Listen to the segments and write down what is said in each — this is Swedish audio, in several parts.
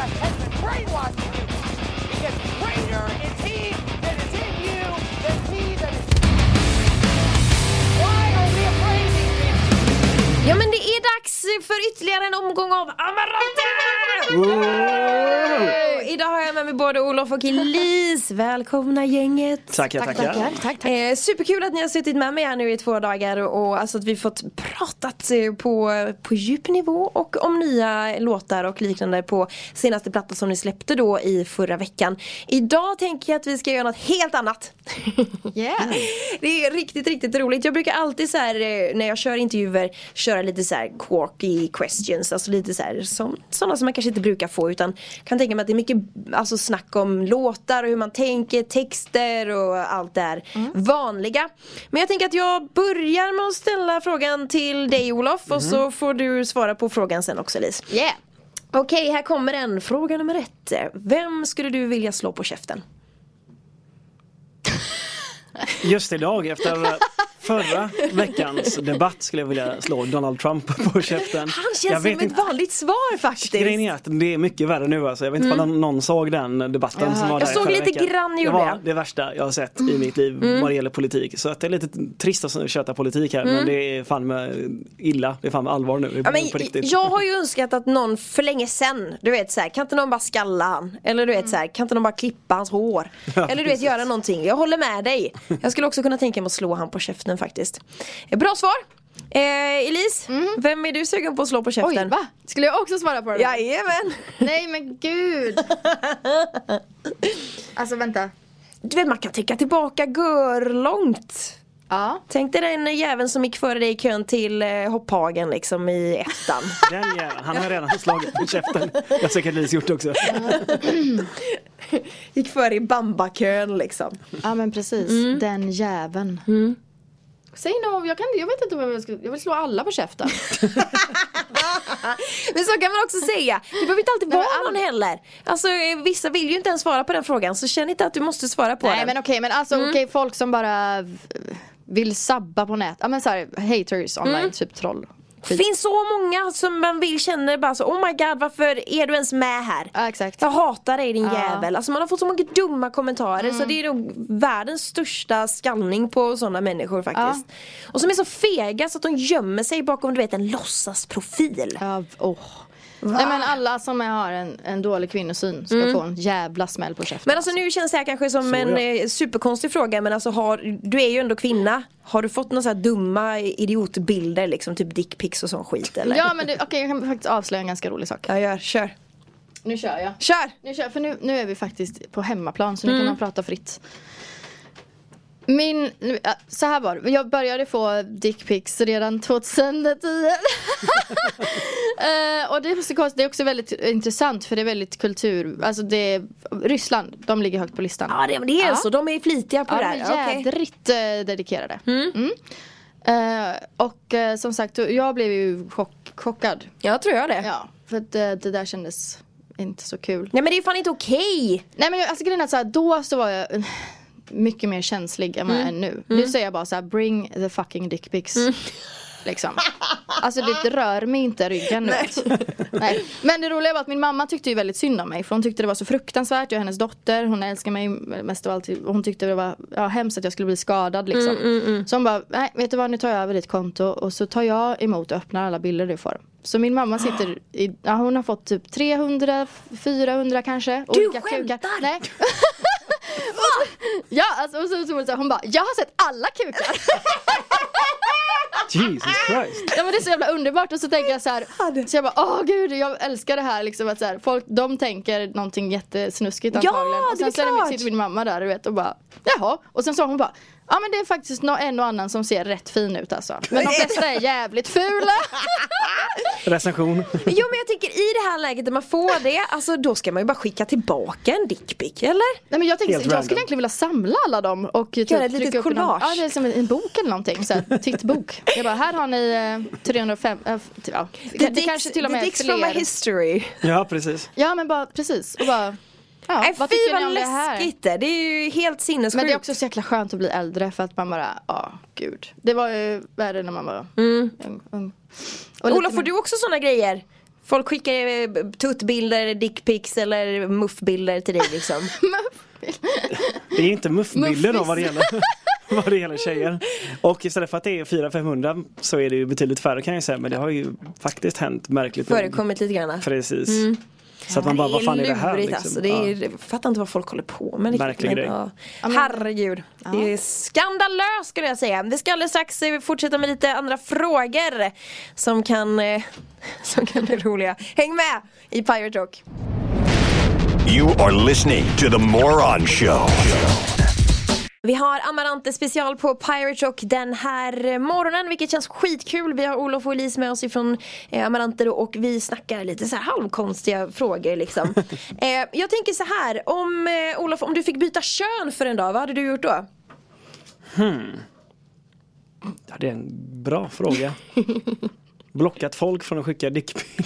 has been brainwashing you. Because greater is he that is in you than he that is... Why are we afraid these things? Ja, men det är dags för ytterligare en omgång av Amarante! Idag har jag med mig både Olof och Elise. Välkomna gänget. Tackar. Superkul att ni har suttit med mig här nu i 2 dagar. Och alltså att vi fått pratat på djup nivå och om nya låtar och liknande på senaste plattan som ni släppte då i förra veckan. Idag tänker jag att vi ska göra något helt annat. Yeah. Det är riktigt, riktigt roligt. Jag brukar alltid så här, när jag kör intervjuer, köra lite så här quirky questions. Alltså lite så här, sådana som man kanske inte brukar få, utan kan tänka mig att det är mycket alltså snack om låtar och hur man tänker, texter och allt det där vanliga. Men jag tänker att jag börjar med att ställa frågan till dig, Olof, och så får du svara på frågan sen också, Lise. Yeah. Okej, här kommer den. Fråga nummer 1. Vem skulle du vilja slå på käften? Just idag, efter förra veckans debatt, skulle jag vilja slå Donald Trump på käften. Han känns som ett vanligt svar faktiskt. Grejen är att det är mycket värre nu alltså. Jag vet inte om någon såg den debatten som var där. Jag såg lite grann, det var det värsta jag har sett i mitt liv vad det gäller politik. Så att det är lite trist att köta politik här, men det är fan med illa. Det är fan med allvar nu. Ja, men, på riktigt. jag har ju önskat att någon för länge sen, du vet så här, kan inte någon bara skalla han? Eller du vet så här, kan inte någon bara klippa hans hår? Eller du vet, göra någonting. Jag håller med dig. Jag skulle också kunna tänka mig att slå han på käften faktiskt. Bra svar. Elise, vem är du sugen på att slå på käften? Oj, va? Skulle jag också svara på det? Jajamän. Nej, men gud. Alltså, vänta. Du vet, man kan tänka tillbaka långt. Ja. Tänk dig den jäveln som gick före dig i kön till hopphagen liksom i 1. Den jäveln, han har redan slagit på käften. Jag har säkert Lise gjort också. Gick före i bambakön liksom. Ja, men precis. Den jäveln. Säg nog, jag vet inte vad jag vill slå alla på käften. Men så kan man också säga. Det behöver inte alltid vara någon heller. Alltså vissa vill ju inte ens svara på den frågan, så känn inte att du måste svara på den. Nej, men okej, folk som bara vill sabba på nät. Ja, men så här, haters online, typ troll. Det finns så många som man vill känna bara så, oh my god, varför är du ens med här? Ja, exakt. Jag hatar dig, din jävel. Alltså man har fått så många dumma kommentarer, så det är nog världens största skallning på sådana människor faktiskt. Och som är så fega så att de gömmer sig bakom, du vet, en låtsasprofil. Nej, men alla som har en dålig kvinnosyn ska få en jävla smäll på käften. Men alltså nu känns det här kanske som en superkonstig fråga, men alltså du är ju ändå kvinna. Har du fått några så här dumma idiotbilder liksom, typ dickpics och sån skit eller? Ja, men jag kan faktiskt avslöja en ganska rolig sak. Ja, kör. Nu kör jag. Kör! För nu är vi faktiskt på hemmaplan, så nu kan man prata fritt. Så här var det. Jag började få dickpics redan 2010. Och det är också väldigt intressant, för det är väldigt kultur. Alltså Ryssland, de ligger högt på listan. Ja, det är så. De är flitiga på det här. De är jädrigt dedikerade. Och som sagt, jag blev ju chockad. Jag tror jag det. Ja, för att det där kändes inte så kul. Nej, men det är fan inte okej. Nej, men alltså grejen är att så här, då så var jag mycket mer känslig än vad jag är nu. Nu säger jag bara så här: bring the fucking dick pics. Liksom. Alltså det rör mig inte ryggen nu. Nej. Men det roliga var att min mamma tyckte ju väldigt synd om mig, för hon tyckte det var så fruktansvärt. Jag är hennes dotter, hon älskar mig mest av allt. Hon tyckte det var hemskt att jag skulle bli skadad liksom. Så hon bara, nej, vet du vad, nu tar jag över ditt konto. Och så tar jag emot och öppnar alla bilder du får. Så min mamma sitter hon har fått typ 300-400 kanske. Du skämtar? Nej. Ja, alltså, och så hon bara, jag har sett alla kukar. Jesus Christ. Ja, men det är så jävla underbart. Och så tänker jag så här, så jag bara, gud, jag älskar det här liksom, att så här, folk, de tänker någonting jättesnuskigt antagligen. Och sen så sitter min mamma där, du vet, och bara, jaha. Och sen sa hon bara, ja, men det är faktiskt en och annan som ser rätt fin ut alltså. Men de flesta är jävligt fula. Recension. Jo, men jag tycker i det här läget där man får det, alltså då ska man ju bara skicka tillbaka en dickpic, eller? Nej, men jag tänker, jag skulle egentligen vilja samla alla dem och typ göra ett litet collage. Ja, det är som en bok eller någonting, så här, tittbok. Jag bara, här har ni 305 det kanske till och med dicks from my history. Ja, precis. Ja, men bara precis. Och bara, vad tycker ni om det här? Det är ju helt sinnessjukt. Men det är också så jäkla skönt att bli äldre, för att man bara, gud. Det var ju värre när man var ung. Olof, får du också såna grejer? Folk skickar tuttbilder, dickpics eller muffbilder till dig liksom. Det är inte muffbilder då vad det gäller tjejer. Och istället för att det är 400-500 så är det ju betydligt färre kan jag säga. Men det har ju faktiskt hänt märkligt. Förekommit lite grann. Precis. Så att man bara, vad fan är det här liksom? Alltså. Jag fattar inte vad folk håller på med. Märklig grej. Herregud. Det är skandalöst skulle jag säga. Vi ska alldeles strax fortsätta med lite andra frågor som kan bli roliga. Häng med i Pirate Rock. You are listening to the Moron Show. Vi har Amarante special på Pirate Rock den här morgonen, vilket känns skitkul. Vi har Olof och Elise med oss ifrån Amarante då, och vi snackar lite så här halvkonstiga frågor liksom. Jag tänker så här, Olof, om du fick byta kön för en dag, vad hade du gjort då? Ja, det är en bra fråga. Blockat folk från att skicka dickpics.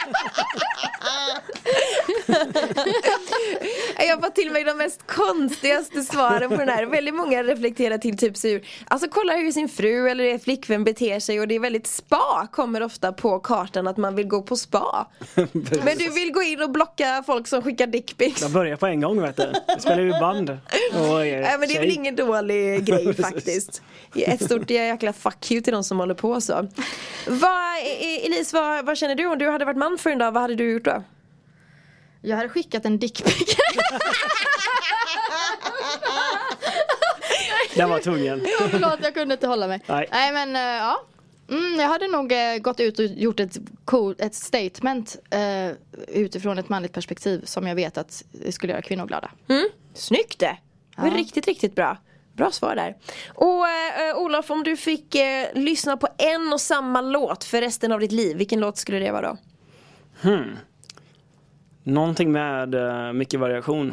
Jag får till mig de mest konstigaste svaren på den här. Väldigt många reflekterar till typ så, alltså kolla hur sin fru eller flickvän beter sig, och det är väldigt spa kommer ofta på kartan att man vill gå på spa. Men du vill gå in och blocka folk som skickar dickpics. Jag börjar på en gång, vet du. Jag spelar ju band. Nej, men det är väl ingen dålig grej faktiskt. Ett stort jäkla fuck you till de som håller på så. Elise, vad känner du om du hade varit man för en dag? Vad hade du gjort då? Jag hade skickat en dickpic. Den var tvungen. Förlåt, jag kunde inte hålla mig. Nej men ja. Jag hade nog gått ut och gjort ett statement utifrån ett manligt perspektiv som jag vet att skulle göra kvinnor glada. Snyggt det. Det var riktigt, riktigt bra. Bra svar där. Och Olof, om du fick lyssna på en och samma låt för resten av ditt liv, vilken låt skulle det vara då? Någonting med mycket variation.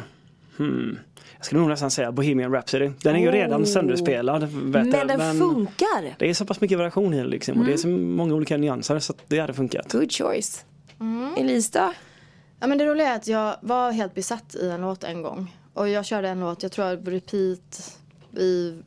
Jag skulle nog nästan säga Bohemian Rhapsody. Den är ju redan sönderspelad. Men den funkar. Det är så pass mycket variation i den liksom. Och det är så många olika nyanser så att det hade funkat. Good choice. Elise då? Ja, men det roliga är att jag var helt besatt i en låt en gång. Och jag körde en låt, jag tror jag repeat i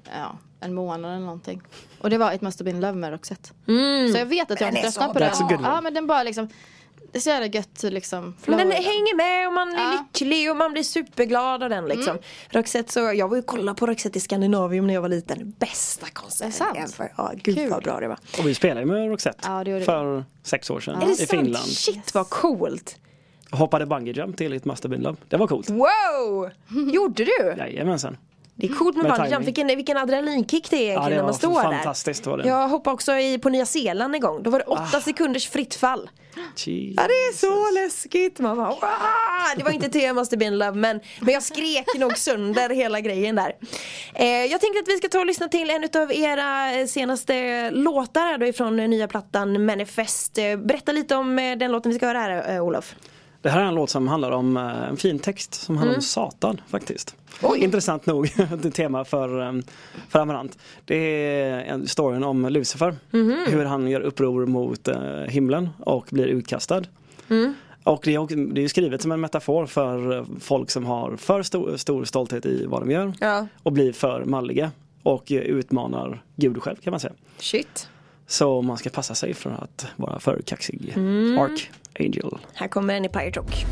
en månad eller någonting. Och det var It Must Have Been Love med Roxette. Så jag vet att jag inte tröttnar på den. Ja, men den bara liksom, det är så jävla gött liksom. Men den hänger med och man är lycklig och man blir superglad av den liksom. Roxette, så jag var ju kolla på Roxette i Skandinavium när jag var liten. Bästa konserten ever. Ja, gud vad bra det var. Och vi spelade med Roxette för 6 år sedan i Finland. Shit, vad coolt. Hoppade bungee jump till It Must Have Been Love. Det var coolt. Wow! Gjorde du? Jajamensan. Det är coolt med bungee jump. Vilken adrenalinkick det är egentligen när man står där. Fantastiskt var det. Jag hoppade också på Nya Zeeland en gång. Då var det 8 sekunders fritt fall. Jesus. Ja, det är så läskigt. Man bara, det var inte till It Must Have Been Love, men jag skrek nog sönder hela grejen där. Jag tänkte att vi ska ta och lyssna till en av era senaste låtar här då ifrån nya plattan Manifest. Berätta lite om den låten vi ska höra här, Olof. Det här är en låt som handlar om en fin text som handlar om Satan faktiskt. Intressant nog ett tema för Amarant. Det är en storyn om Lucifer. Hur han gör uppror mot himlen och blir utkastad. Och det är skrivet som en metafor för folk som har för stor stolthet i vad de gör. Och blir för malliga och utmanar Gud själv kan man säga. Shit. Så man ska passa sig för att vara för kaxig. Archangel. Här kommer den i Pirate Rock.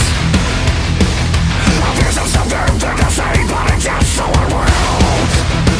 There's no something to say, but it's just so unreal.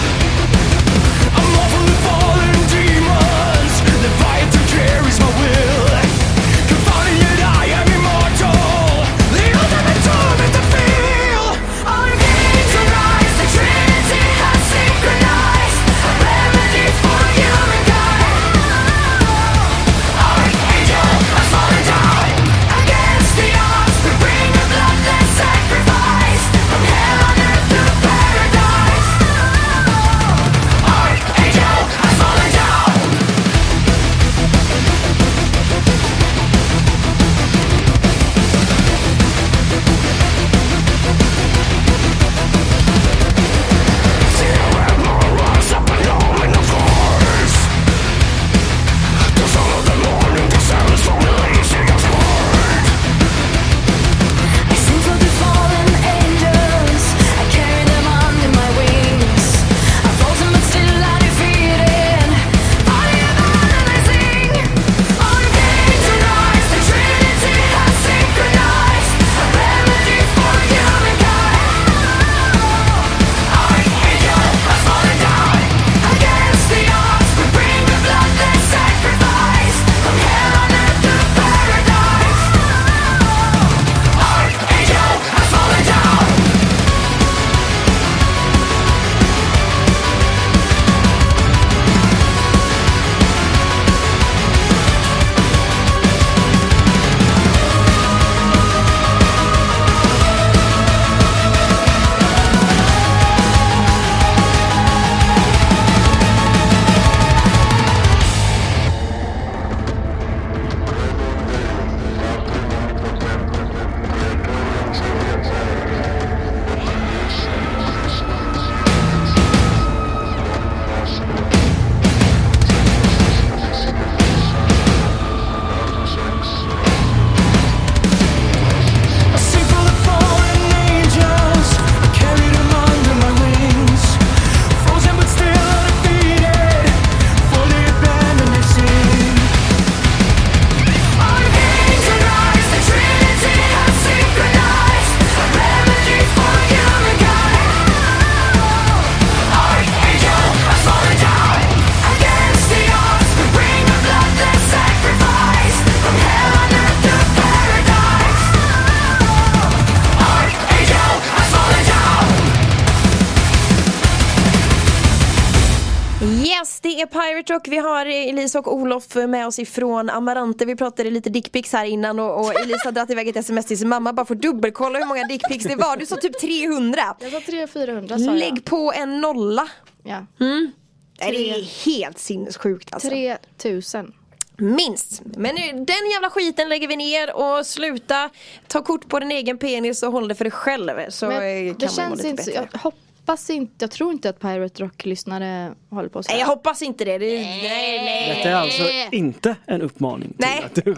Yes, det är Pirate Rock. Vi har Elisa och Olof med oss ifrån Amarante. Vi pratade lite dickpics här innan och Elisa dratt iväg ett sms till sin mamma bara för att dubbelkolla hur många dickpics det var. Du sa typ 300. Jag sa 300-400 sa jag. Lägg på en nolla. Ja. Det är helt sinnessjukt alltså. 3000. Minst. Men den jävla skiten lägger vi ner och sluta ta kort på din egen penis och håll det för dig själv. Så Men kan man vara lite inte, bättre. jag tror inte att Pirate Rock-lyssnare håller på så. Nej, jag hoppas inte det. Nej. Detta är alltså inte en uppmaning till Nej. att du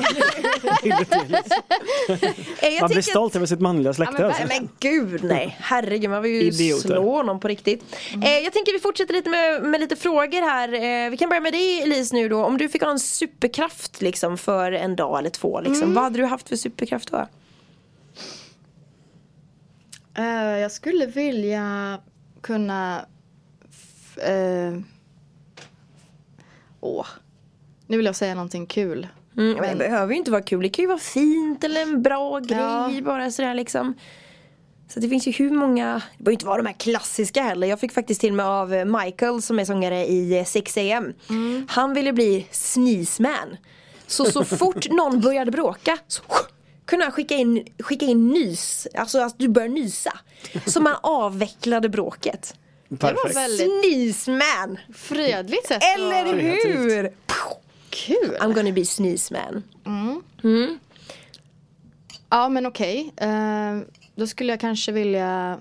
man blir stolt över sitt manliga släkte. Ja, alltså. Men gud nej, herregud man vill ju Idioter. slå honom på riktigt. Jag tänker vi fortsätter lite med lite frågor här. Vi kan börja med dig Elise nu då. Om du fick ha en superkraft liksom för en dag eller två liksom. Vad hade du haft för superkraft då? Jag skulle vilja kunna nu vill jag säga någonting kul. Men det behöver ju inte vara kul. Det kan ju vara fint eller en bra grej. Ja. Bara sådär liksom. Så det finns ju hur många. Det behöver inte vara de här klassiska heller. Jag fick faktiskt till mig av Michael som är sångare i 6am. Han ville bli sneezeman. Så fort någon började bråka så kunde han skicka in nys. Alltså att du börjar nysa. Så man avvecklade bråket. Perfekt. Det var väldigt Sneezeman. fredligt sätt. Eller hur? Kul. I'm gonna be sneezeman. Ja men okej. Då skulle jag kanske vilja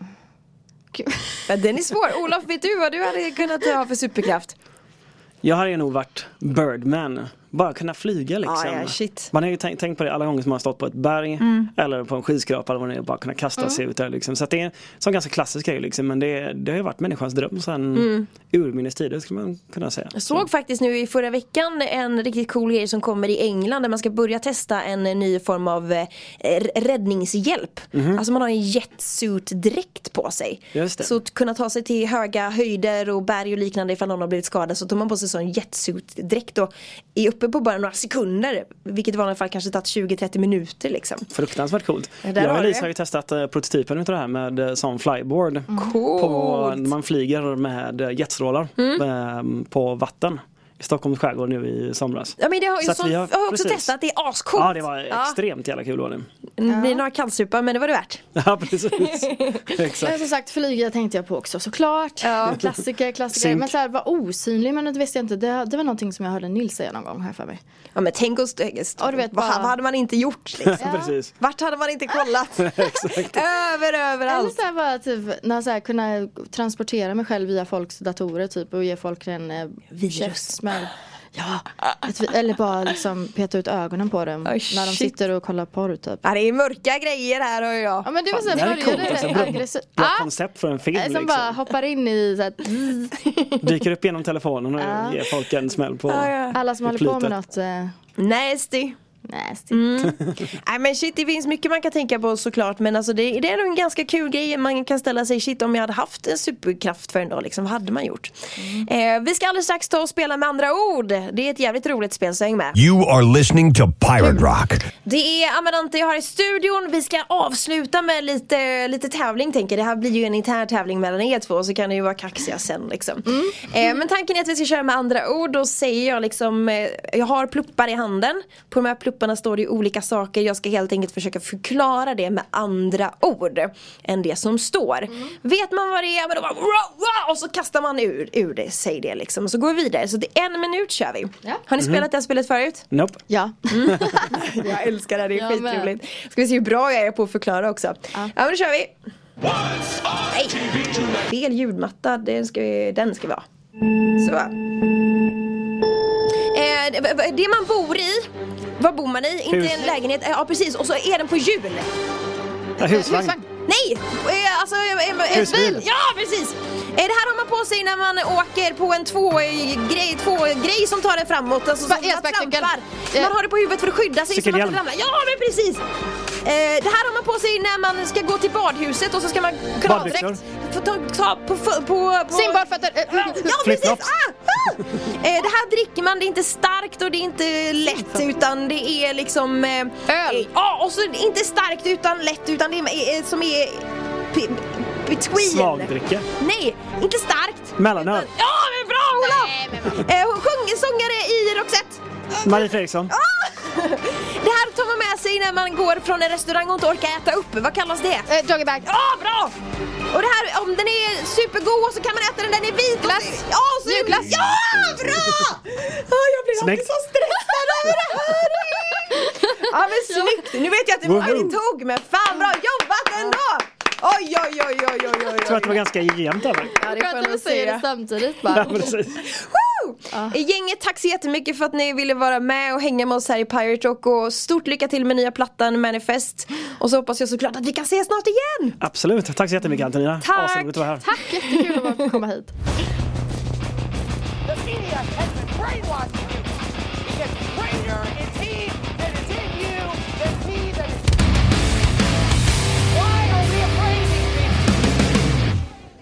Men den är svår. Olof, vet du vad du hade kunnat ha för superkraft? Jag hade nog varit Birdman. Bara kunna flyga liksom. Ja, shit. Man har ju tänkt på det alla gånger som man har stått på ett berg eller på en skyskrapa eller vad det är, bara kunna kasta sig ut där liksom. Så att det är en sån ganska klassisk grej liksom, men det har ju varit människans dröm sedan urminnes tider skulle man kunna säga. Jag såg faktiskt nu i förra veckan en riktigt cool grej som kommer i England där man ska börja testa en ny form av räddningshjälp. Alltså man har en jetsuit-dräkt på sig. Just det. Så att kunna ta sig till höga höjder och berg och liknande ifall någon har blivit skadad så tar man på sig sån jetsuit-dräkt och är uppe på bara några sekunder, vilket i vanliga fall kanske tagit 20-30 minuter liksom. Fruktansvärt coolt. där Jag har och du Lisa det. har ju testat prototypen utav det här med sån flyboard. Coolt. Man flyger med jetstrålar på vatten i Stockholms skärgård nu i somras. Ja men det har ju Så att vi jag har också precis. testat, det är ascoolt. Ja, det var extremt jävla kul var det. Det blir några kallsupar men det var det värt. Ja, precis. Exakt. Men som sagt, flyga tänkte jag på också, såklart. Ja. Klassiker. Synk. Men så här, var osynlig, men det visste jag inte. Det var någonting som jag hörde Nils säga någon gång här för mig. Ja men tänk oss, Ja, du vet, vad bara- hade man inte gjort liksom? Precis. Vart hade man inte kollat? Exakt. Eller Överallt. så här bara typ, när så här, kunna transportera mig själv via folks datorer typ och ge folk en käftsmäll. Ja, eller bara liksom peta ut ögonen på dem Oh, när de shit. sitter och kollar porr typ. Ja, det är mörka grejer här hör jag. Ja men det var så Det här här, är coolt, började alltså, det bra aggressivt. koncept för en film Som liksom. bara hoppar in i så här, Dyker upp genom telefonen och ger folk en smäll på alla som håller på med något Nasty. nasty. Nej men shit, det finns mycket man kan tänka på såklart. Men alltså det är nog en ganska kul grej. Man kan ställa sig, shit om jag hade haft en superkraft för en dag liksom, vad hade man gjort? Vi ska alldeles strax ta och spela med andra ord. Det är ett jävligt roligt spel, så häng med. You are listening to Pirate Rock. Det är Amarante jag har i studion. Vi ska avsluta med lite tävling tänker. Det här blir ju en intern tävling mellan er två. Så kan det ju vara kaxiga sen liksom. Men tanken är att vi ska köra med andra ord. Då säger jag liksom, jag har pluppar i handen. På de här plupparna står det ju olika saker. Jag ska helt enkelt försöka förklara det med andra ord än det som står. Vet man vad det är, men då bara, och så kastar man ur det, säg det liksom. Och så går vi vidare. Så det är 1 minut kör vi. Ja. Har ni spelat det här spelet förut? Nope. Ja. Jag älskar det, det är Jag med. skitroligt. Ska vi se hur bra jag är på att förklara också. Ja men då kör vi. Nej, fel ljudmatta, den ska vi ha. Så. Det man bor i, vad bor man i? Inte Hus. en lägenhet, ja precis, och så är den på hjul. Ja, husvagn. Husvagn. Nej, alltså en Husbil. bil. Ja, precis. Det här har man på sig när man åker på en två-grej som tar en framåt. Alltså, som man elsparkcykel. trampar. Man har det på huvudet för att skydda sig så man Cykelhjälm. inte ramlar. Ja, men precis. Det här har man på sig när man ska gå till badhuset och så ska man kunna ha Badbyxor. direkt få ta på Simbadfötter. Ja, precis. Flipflops. Det här dricker man, det är inte starkt och det är inte lätt utan det är liksom Öl. ja, och så inte starkt utan lätt utan det är som är between. Svagdricka. Nej, inte starkt. Mellanöl. Ja, men bra Olof! Sångare i Roxette. Marie Fredriksson. Det här tar man med sig när man går från en restaurang och inte orkar äta upp. Vad kallas det? Doggy-bag. Bra! Och det här, om den är supergod så kan man äta den är vit. Glass. Mjukglass. Ja, bra! Jag blir alltid så stressad över det här. Ja, men snyggt. Nu vet jag att det var det tog, men fan bra jobbat ändå. Oj. Jag tror att det var ganska jämnt eller? Ja, det Skönt får att vi man säger säga. det samtidigt bara. Precis. Gänget, tack så jättemycket för att ni ville vara med och hänga med oss här i Pirate Rock. Och stort lycka till med nya plattan Manifest. Och så hoppas jag såklart att vi kan ses snart igen. Absolut, tack så jättemycket Antonina. Tack. Asroligt att vara här. Tack, jättekul att komma hit. The media has been brainwashing you. It gets greater in team